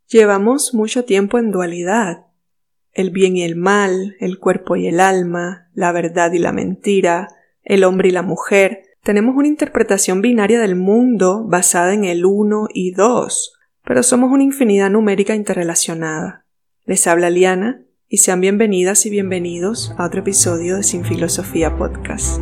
Llevamos mucho tiempo en dualidad. El bien y el mal, el cuerpo y el alma, la verdad y la mentira, el hombre y la mujer. Tenemos una interpretación binaria del mundo basada en el 1 y 2, pero somos una infinidad numérica interrelacionada. Les habla Liana y sean bienvenidas y bienvenidos a otro episodio de Sin Filosofía Podcast.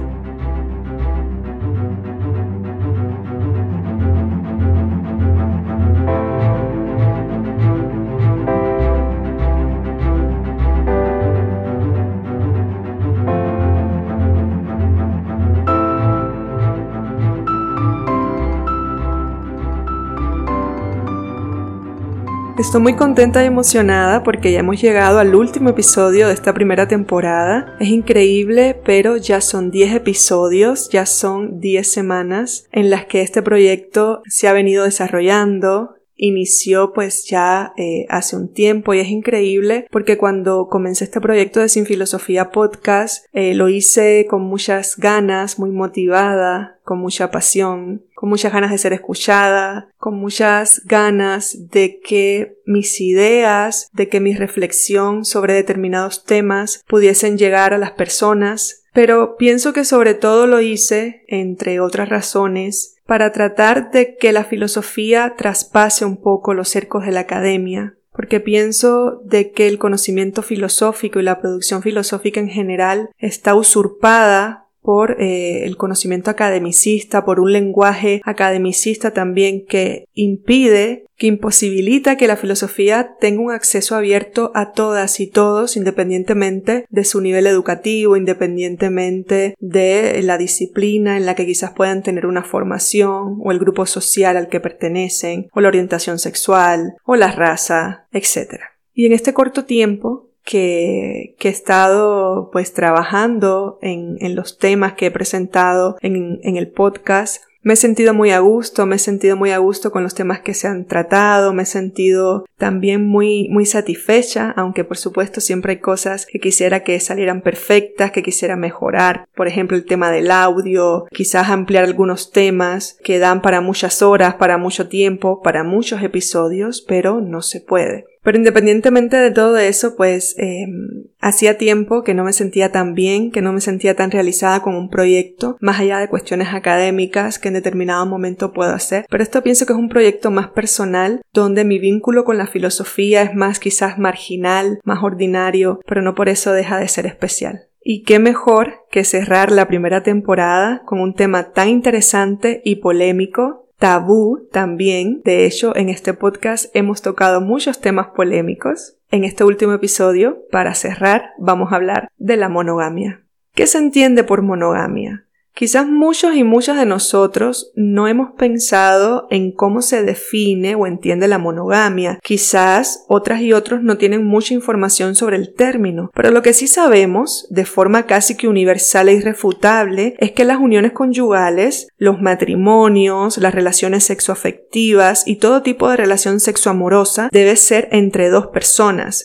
Estoy muy contenta y emocionada porque ya hemos llegado al último episodio de esta primera temporada. Es increíble, pero ya son 10 episodios, ya son 10 semanas en las que este proyecto se ha venido desarrollando. Inició pues ya hace un tiempo y es increíble porque cuando comencé este proyecto de Sin Filosofía Podcast lo hice con muchas ganas, muy motivada, con mucha pasión, con muchas ganas de ser escuchada, con muchas ganas de que mis ideas, de que mi reflexión sobre determinados temas pudiesen llegar a las personas. Pero pienso que sobre todo lo hice, entre otras razones, para tratar de que la filosofía traspase un poco los cercos de la academia, porque pienso de que el conocimiento filosófico y la producción filosófica en general está usurpada por el conocimiento academicista, por un lenguaje academicista también que imposibilita que la filosofía tenga un acceso abierto a todas y todos, independientemente de su nivel educativo, independientemente de la disciplina en la que quizás puedan tener una formación, o el grupo social al que pertenecen, o la orientación sexual, o la raza, etc. Y en este corto tiempo que he estado pues trabajando en los temas que he presentado en el podcast, me he sentido muy a gusto con los temas que se han tratado, me he sentido también muy satisfecha, aunque por supuesto siempre hay cosas que quisiera que salieran perfectas, que quisiera mejorar. Por ejemplo, el tema del audio, quizás ampliar algunos temas que dan para muchas horas, para mucho tiempo, para muchos episodios, pero no se puede. Pero independientemente de todo eso, pues hacía tiempo que no me sentía tan bien, que no me sentía tan realizada con un proyecto, más allá de cuestiones académicas que en determinado momento puedo hacer. Pero esto pienso que es un proyecto más personal, donde mi vínculo con la filosofía es más quizás marginal, más ordinario, pero no por eso deja de ser especial. Y qué mejor que cerrar la primera temporada con un tema tan interesante y polémico, tabú también. De hecho, en este podcast hemos tocado muchos temas polémicos. En este último episodio, para cerrar, vamos a hablar de la monogamia. ¿Qué se entiende por monogamia? Quizás muchos y muchas de nosotros no hemos pensado en cómo se define o entiende la monogamia. Quizás otras y otros no tienen mucha información sobre el término, pero lo que sí sabemos, de forma casi que universal e irrefutable, es que las uniones conyugales, los matrimonios, las relaciones sexoafectivas y todo tipo de relación sexoamorosa debe ser entre dos personas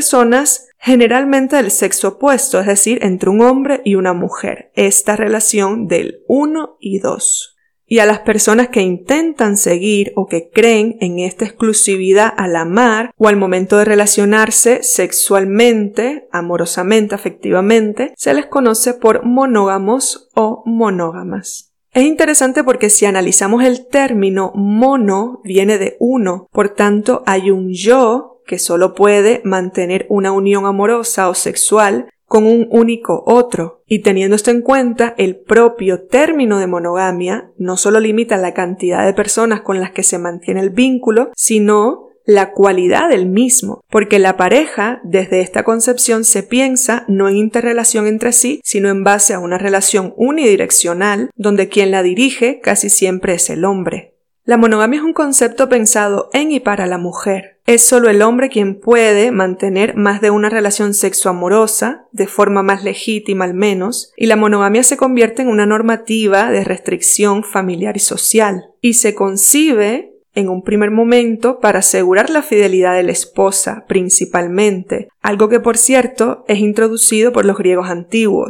generalmente del sexo opuesto, es decir, entre un hombre y una mujer. Esta relación del 1 y 2. Y a las personas que intentan seguir o que creen en esta exclusividad al amar o al momento de relacionarse sexualmente, amorosamente, afectivamente, se les conoce por monógamos o monógamas. Es interesante porque si analizamos el término mono viene de uno, por tanto hay un yo que solo puede mantener una unión amorosa o sexual con un único otro. Y teniendo esto en cuenta, el propio término de monogamia no solo limita la cantidad de personas con las que se mantiene el vínculo, sino la cualidad del mismo, porque la pareja, desde esta concepción, se piensa no en interrelación entre sí, sino en base a una relación unidireccional, donde quien la dirige casi siempre es el hombre. La monogamia es un concepto pensado en y para la mujer. Es solo el hombre quien puede mantener más de una relación sexoamorosa, de forma más legítima al menos, y la monogamia se convierte en una normativa de restricción familiar y social, y se concibe en un primer momento para asegurar la fidelidad de la esposa, principalmente, algo que por cierto es introducido por los griegos antiguos.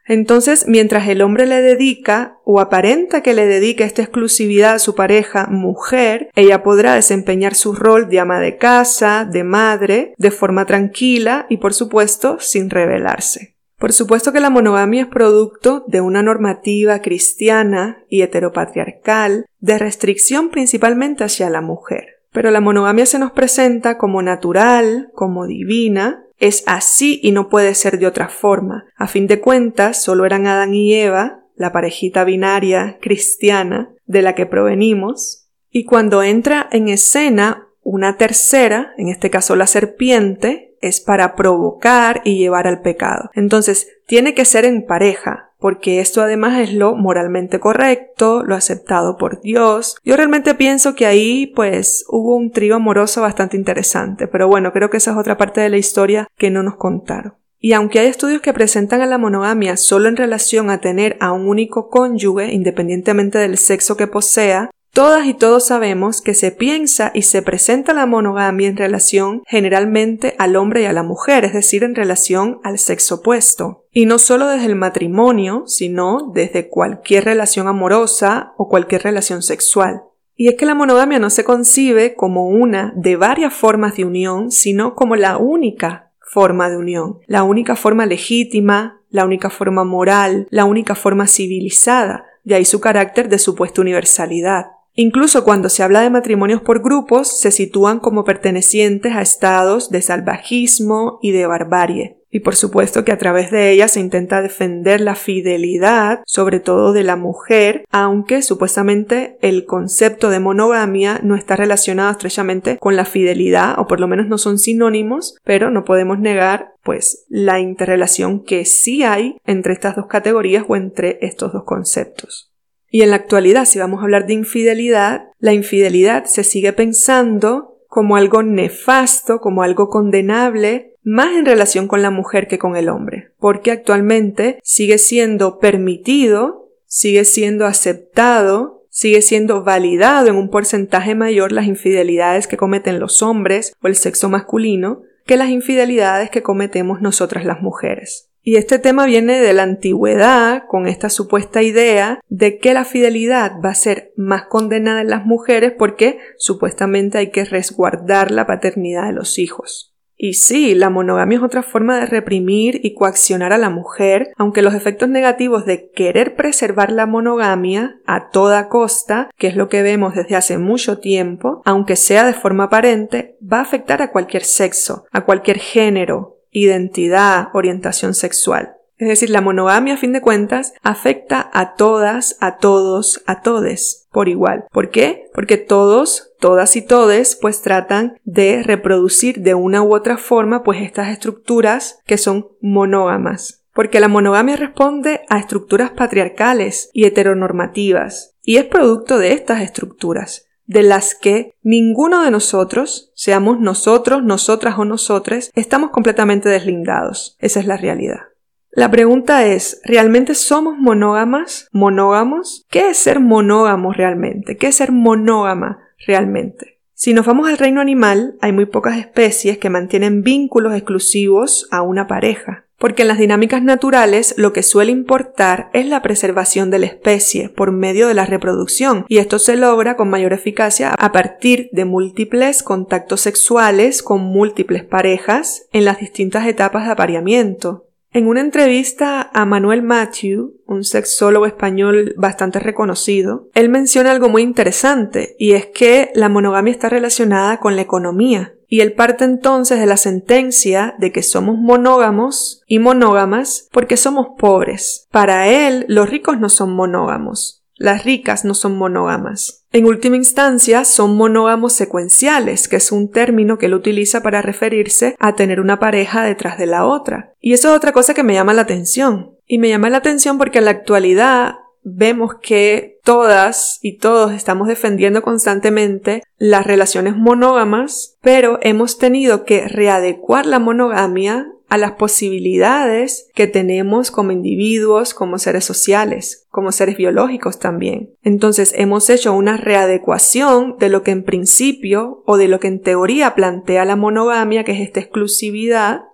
Entonces, mientras el hombre le dedica o aparenta que le dedica esta exclusividad a su pareja mujer, ella podrá desempeñar su rol de ama de casa, de madre, de forma tranquila y, por supuesto, sin rebelarse. Por supuesto que la monogamia es producto de una normativa cristiana y heteropatriarcal de restricción principalmente hacia la mujer. Pero la monogamia se nos presenta como natural, como divina. Es así y no puede ser de otra forma. A fin de cuentas, solo eran Adán y Eva, la parejita binaria cristiana de la que provenimos. Y cuando entra en escena una tercera, en este caso la serpiente, es para provocar y llevar al pecado. Entonces, tiene que ser en pareja, porque esto además es lo moralmente correcto, lo aceptado por Dios. Yo realmente pienso que ahí pues hubo un trío amoroso bastante interesante, pero bueno, creo que esa es otra parte de la historia que no nos contaron. Y aunque hay estudios que presentan a la monogamia solo en relación a tener a un único cónyuge, independientemente del sexo que posea, todas y todos sabemos que se piensa y se presenta la monogamia en relación generalmente al hombre y a la mujer, es decir, en relación al sexo opuesto. Y no solo desde el matrimonio, sino desde cualquier relación amorosa o cualquier relación sexual. Y es que la monogamia no se concibe como una de varias formas de unión, sino como la única forma de unión, la única forma legítima, la única forma moral, la única forma civilizada, de ahí su carácter de supuesta universalidad. Incluso cuando se habla de matrimonios por grupos, se sitúan como pertenecientes a estados de salvajismo y de barbarie. Y por supuesto que a través de ella se intenta defender la fidelidad, sobre todo de la mujer, aunque supuestamente el concepto de monogamia no está relacionado estrechamente con la fidelidad, o por lo menos no son sinónimos, pero no podemos negar pues la interrelación que sí hay entre estas dos categorías o entre estos dos conceptos. Y en la actualidad, si vamos a hablar de infidelidad, la infidelidad se sigue pensando como algo nefasto, como algo condenable, más en relación con la mujer que con el hombre, porque actualmente sigue siendo permitido, sigue siendo aceptado, sigue siendo validado en un porcentaje mayor las infidelidades que cometen los hombres o el sexo masculino que las infidelidades que cometemos nosotras las mujeres. Y este tema viene de la antigüedad, con esta supuesta idea de que la fidelidad va a ser más condenada en las mujeres porque supuestamente hay que resguardar la paternidad de los hijos. Y sí, la monogamia es otra forma de reprimir y coaccionar a la mujer, aunque los efectos negativos de querer preservar la monogamia a toda costa, que es lo que vemos desde hace mucho tiempo, aunque sea de forma aparente, va a afectar a cualquier sexo, a cualquier género, identidad, orientación sexual. Es decir, la monogamia a fin de cuentas afecta a todas, a todos, a todes por igual. ¿Por qué? Porque todos, todas y todes pues tratan de reproducir de una u otra forma pues estas estructuras que son monógamas. Porque la monogamia responde a estructuras patriarcales y heteronormativas y es producto de estas estructuras, de las que ninguno de nosotros, seamos nosotros, nosotras o nosotres, estamos completamente deslindados. Esa es la realidad. La pregunta es, ¿realmente somos monógamas? ¿Monógamos? ¿Qué es ser monógamo realmente? ¿Qué es ser monógama realmente? Si nos vamos al reino animal, hay muy pocas especies que mantienen vínculos exclusivos a una pareja. Porque en las dinámicas naturales lo que suele importar es la preservación de la especie por medio de la reproducción, y esto se logra con mayor eficacia a partir de múltiples contactos sexuales con múltiples parejas en las distintas etapas de apareamiento. En una entrevista a Manuel Mathieu, un sexólogo español bastante reconocido, él menciona algo muy interesante, y es que la monogamia está relacionada con la economía. Y él parte entonces de la sentencia de que somos monógamos y monógamas porque somos pobres. Para él, los ricos no son monógamos. Las ricas no son monógamas. En última instancia, son monógamos secuenciales, que es un término que él utiliza para referirse a tener una pareja detrás de la otra. Y eso es otra cosa que me llama la atención. Y me llama la atención porque en la actualidad vemos que todas y todos estamos defendiendo constantemente las relaciones monógamas, pero hemos tenido que readecuar la monogamia a las posibilidades que tenemos como individuos, como seres sociales, como seres biológicos también. Entonces hemos hecho una readecuación de lo que en principio o de lo que en teoría plantea la monogamia, que es esta exclusividad,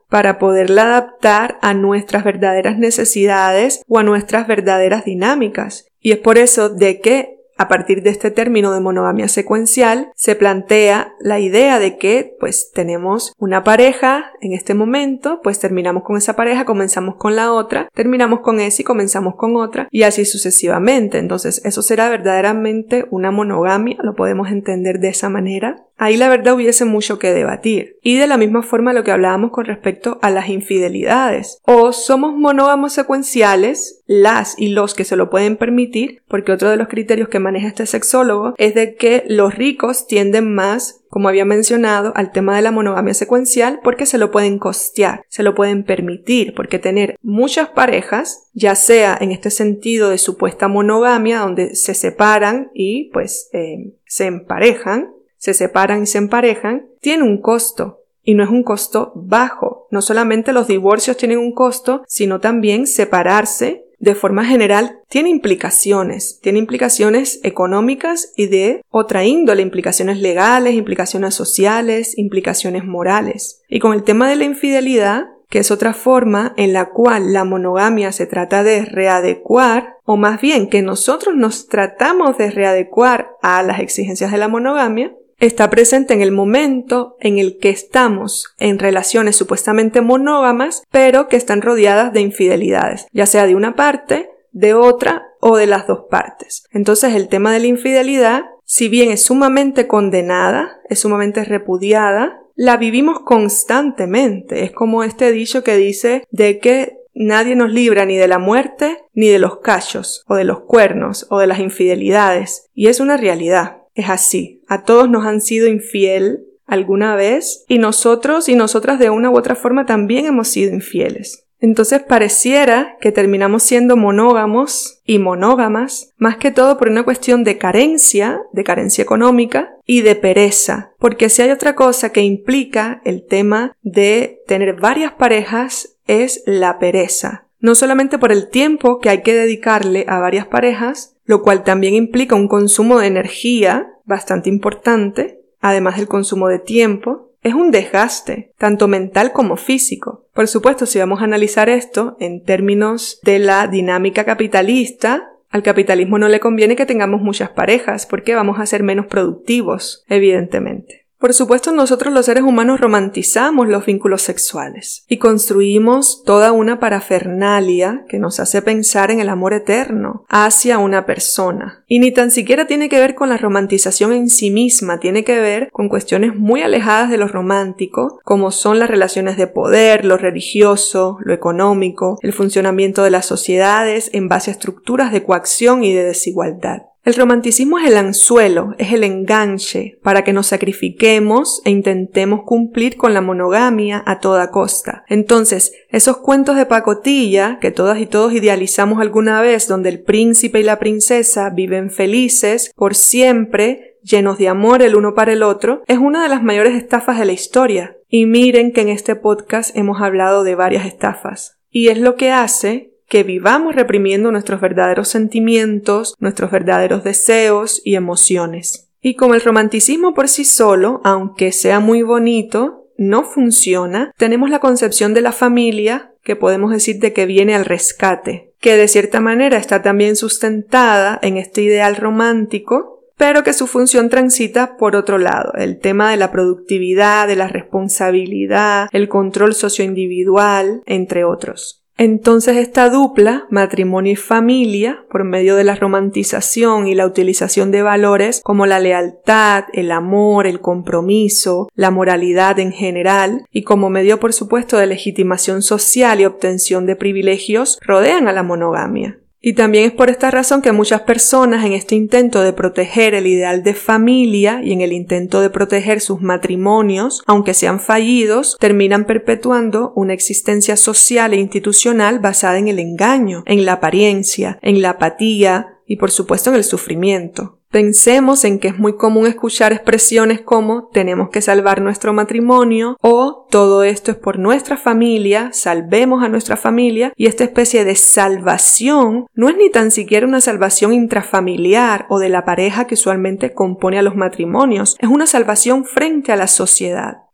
para poderla adaptar a nuestras verdaderas necesidades o a nuestras verdaderas dinámicas. Y es por eso de que a partir de este término de monogamia secuencial se plantea la idea de que pues tenemos una pareja en este momento, pues terminamos con esa pareja, comenzamos con la otra, terminamos con esa y comenzamos con otra y así sucesivamente. Entonces eso será verdaderamente una monogamia, lo podemos entender de esa manera. Ahí la verdad hubiese mucho que debatir. Y de la misma forma lo que hablábamos con respecto a las infidelidades. O somos monógamos secuenciales, las y los que se lo pueden permitir, porque otro de los criterios que maneja este sexólogo es de que los ricos tienden más, como había mencionado, al tema de la monogamia secuencial porque se lo pueden costear, se lo pueden permitir, porque tener muchas parejas, ya sea en este sentido de supuesta monogamia, donde se separan y pues se emparejan, se separan y se emparejan, tiene un costo. Y no es un costo bajo. No solamente los divorcios tienen un costo, sino también separarse de forma general tiene implicaciones económicas y de otra índole, implicaciones legales, implicaciones sociales, implicaciones morales. Y con el tema de la infidelidad, que es otra forma en la cual la monogamia se trata de readecuar, o más bien que nosotros nos tratamos de readecuar a las exigencias de la monogamia, está presente en el momento en el que estamos en relaciones supuestamente monógamas, pero que están rodeadas de infidelidades, ya sea de una parte, de otra o de las dos partes. Entonces el tema de la infidelidad, si bien es sumamente condenada, es sumamente repudiada, la vivimos constantemente. Es como este dicho que dice de que nadie nos libra ni de la muerte, ni de los cachos, o de los cuernos, o de las infidelidades. Y es una realidad. Es así. A todos nos han sido infiel alguna vez y nosotros y nosotras de una u otra forma también hemos sido infieles. Entonces pareciera que terminamos siendo monógamos y monógamas, más que todo por una cuestión de carencia económica y de pereza. Porque si hay otra cosa que implica el tema de tener varias parejas es la pereza. No solamente por el tiempo que hay que dedicarle a varias parejas, lo cual también implica un consumo de energía bastante importante, además del consumo de tiempo, es un desgaste, tanto mental como físico. Por supuesto, si vamos a analizar esto en términos de la dinámica capitalista, al capitalismo no le conviene que tengamos muchas parejas, porque vamos a ser menos productivos, evidentemente. Por supuesto, nosotros los seres humanos romantizamos los vínculos sexuales y construimos toda una parafernalia que nos hace pensar en el amor eterno hacia una persona. Y ni tan siquiera tiene que ver con la romantización en sí misma, tiene que ver con cuestiones muy alejadas de lo romántico, como son las relaciones de poder, lo religioso, lo económico, el funcionamiento de las sociedades en base a estructuras de coacción y de desigualdad. El romanticismo es el anzuelo, es el enganche para que nos sacrifiquemos e intentemos cumplir con la monogamia a toda costa. Entonces, esos cuentos de pacotilla que todas y todos idealizamos alguna vez, donde el príncipe y la princesa viven felices por siempre, llenos de amor el uno para el otro, es una de las mayores estafas de la historia. Y miren que en este podcast hemos hablado de varias estafas. Y es lo que hace que vivamos reprimiendo nuestros verdaderos sentimientos, nuestros verdaderos deseos y emociones. Y como el romanticismo por sí solo, aunque sea muy bonito, no funciona, tenemos la concepción de la familia, que podemos decir de que viene al rescate, que de cierta manera está también sustentada en este ideal romántico, pero que su función transita por otro lado, el tema de la productividad, de la responsabilidad, el control socioindividual, entre otros. Entonces esta dupla, matrimonio y familia, por medio de la romantización y la utilización de valores como la lealtad, el amor, el compromiso, la moralidad en general, y como medio por supuesto de legitimación social y obtención de privilegios, rodean a la monogamia. Y también es por esta razón que muchas personas en este intento de proteger el ideal de familia y en el intento de proteger sus matrimonios, aunque sean fallidos, terminan perpetuando una existencia social e institucional basada en el engaño, en la apariencia, en la apatía y por supuesto en el sufrimiento. Pensemos en que es muy común escuchar expresiones como tenemos que salvar nuestro matrimonio o todo esto es por nuestra familia, salvemos a nuestra familia, y esta especie de salvación no es ni tan siquiera una salvación intrafamiliar o de la pareja que usualmente compone a los matrimonios, es una salvación frente a la sociedad.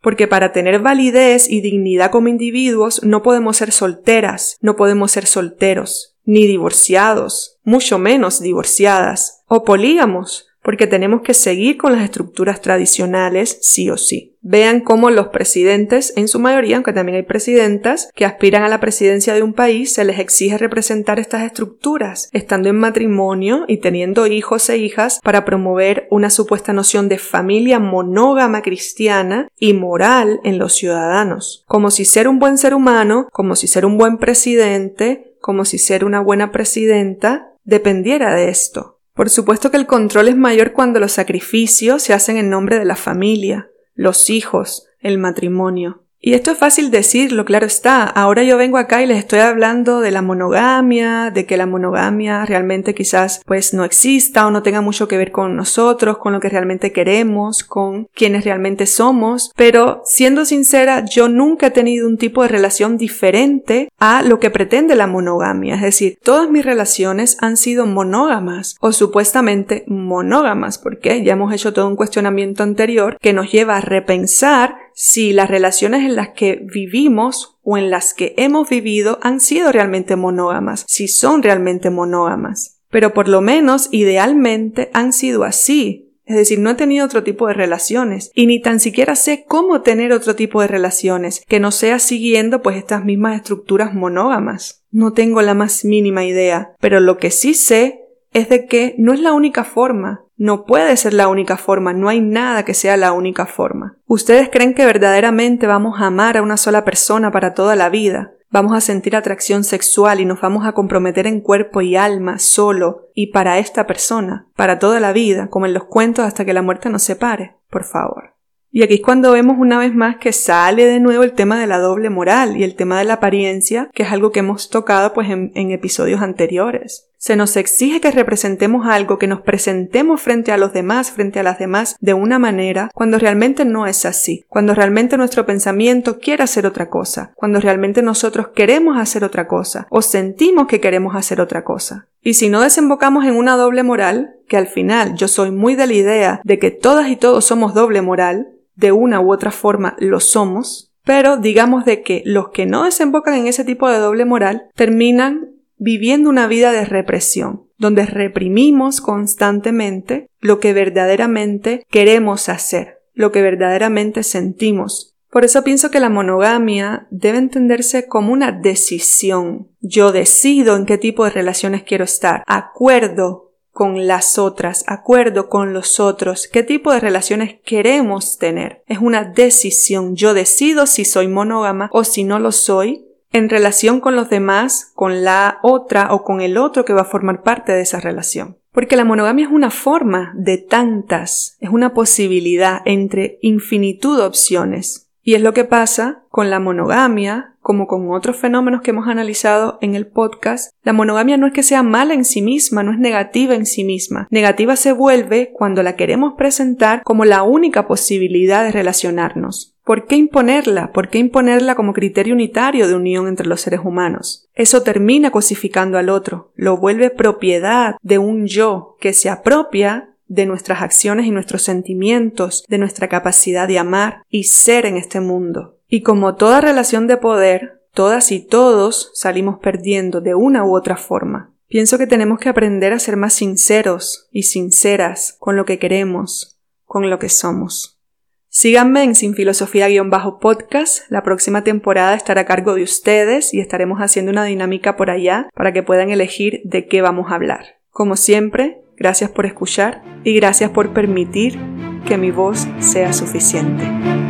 Porque para tener validez y dignidad como individuos no podemos ser solteras, no podemos ser solteros, ni divorciados, mucho menos divorciadas, o polígamos, porque tenemos que seguir con las estructuras tradicionales sí o sí. Vean cómo los presidentes, en su mayoría, aunque también hay presidentas, que aspiran a la presidencia de un país, se les exige representar estas estructuras, estando en matrimonio y teniendo hijos e hijas para promover una supuesta noción de familia monógama cristiana y moral en los ciudadanos. Como si ser un buen ser humano, como si ser un buen presidente, como si ser una buena presidenta, dependiera de esto. Por supuesto que el control es mayor cuando los sacrificios se hacen en nombre de la familia, los hijos, el matrimonio. Y esto es fácil decirlo, claro está. Ahora yo vengo acá y les estoy hablando de la monogamia, de que la monogamia realmente quizás pues no exista o no tenga mucho que ver con nosotros, con lo que realmente queremos, con quienes realmente somos. Pero siendo sincera, yo nunca he tenido un tipo de relación diferente a lo que pretende la monogamia. Es decir, todas mis relaciones han sido monógamas o supuestamente monógamas, porque ya hemos hecho todo un cuestionamiento anterior que nos lleva a repensar si las relaciones en las que vivimos o en las que hemos vivido han sido realmente monógamas, si son realmente monógamas. Pero por lo menos, idealmente, han sido así. Es decir, no he tenido otro tipo de relaciones y ni tan siquiera sé cómo tener otro tipo de relaciones que no sea siguiendo pues estas mismas estructuras monógamas. No tengo la más mínima idea, pero lo que sí sé es de que no es la única forma. No puede ser la única forma, no hay nada que sea la única forma. ¿Ustedes creen que verdaderamente vamos a amar a una sola persona para toda la vida? Vamos a sentir atracción sexual y nos vamos a comprometer en cuerpo y alma solo y para esta persona, para toda la vida, como en los cuentos hasta que la muerte nos separe? Por favor. Y aquí es cuando vemos una vez más que sale de nuevo el tema de la doble moral y el tema de la apariencia, que es algo que hemos tocado pues en episodios anteriores. Se nos exige que representemos algo, que nos presentemos frente a los demás, frente a las demás de una manera, cuando realmente no es así, cuando realmente nuestro pensamiento quiere hacer otra cosa, cuando realmente nosotros queremos hacer otra cosa o sentimos que queremos hacer otra cosa. Y si no desembocamos en una doble moral, que al final yo soy muy de la idea de que todas y todos somos doble moral, de una u otra forma lo somos, pero digamos de que los que no desembocan en ese tipo de doble moral terminan viviendo una vida de represión, donde reprimimos constantemente lo que verdaderamente queremos hacer, lo que verdaderamente sentimos. Por eso pienso que la monogamia debe entenderse como una decisión. Yo decido en qué tipo de relaciones quiero estar, acuerdo con las otras, acuerdo con los otros, qué tipo de relaciones queremos tener. Es una decisión. Yo decido si soy monógama o si no lo soy, en relación con los demás, con la otra o con el otro que va a formar parte de esa relación. Porque la monogamia es una forma de tantas, es una posibilidad entre infinitud de opciones. Y es lo que pasa con la monogamia, como con otros fenómenos que hemos analizado en el podcast. La monogamia no es que sea mala en sí misma, no es negativa en sí misma. Negativa se vuelve cuando la queremos presentar como la única posibilidad de relacionarnos. ¿Por qué imponerla? ¿Por qué imponerla como criterio unitario de unión entre los seres humanos? Eso termina cosificando al otro, lo vuelve propiedad de un yo que se apropia de nuestras acciones y nuestros sentimientos, de nuestra capacidad de amar y ser en este mundo. Y como toda relación de poder, todas y todos salimos perdiendo de una u otra forma. Pienso que tenemos que aprender a ser más sinceros y sinceras con lo que queremos, con lo que somos. Síganme en Sin Filosofía-podcast. La próxima temporada estará a cargo de ustedes y estaremos haciendo una dinámica por allá para que puedan elegir de qué vamos a hablar. Como siempre, gracias por escuchar y gracias por permitir que mi voz sea suficiente.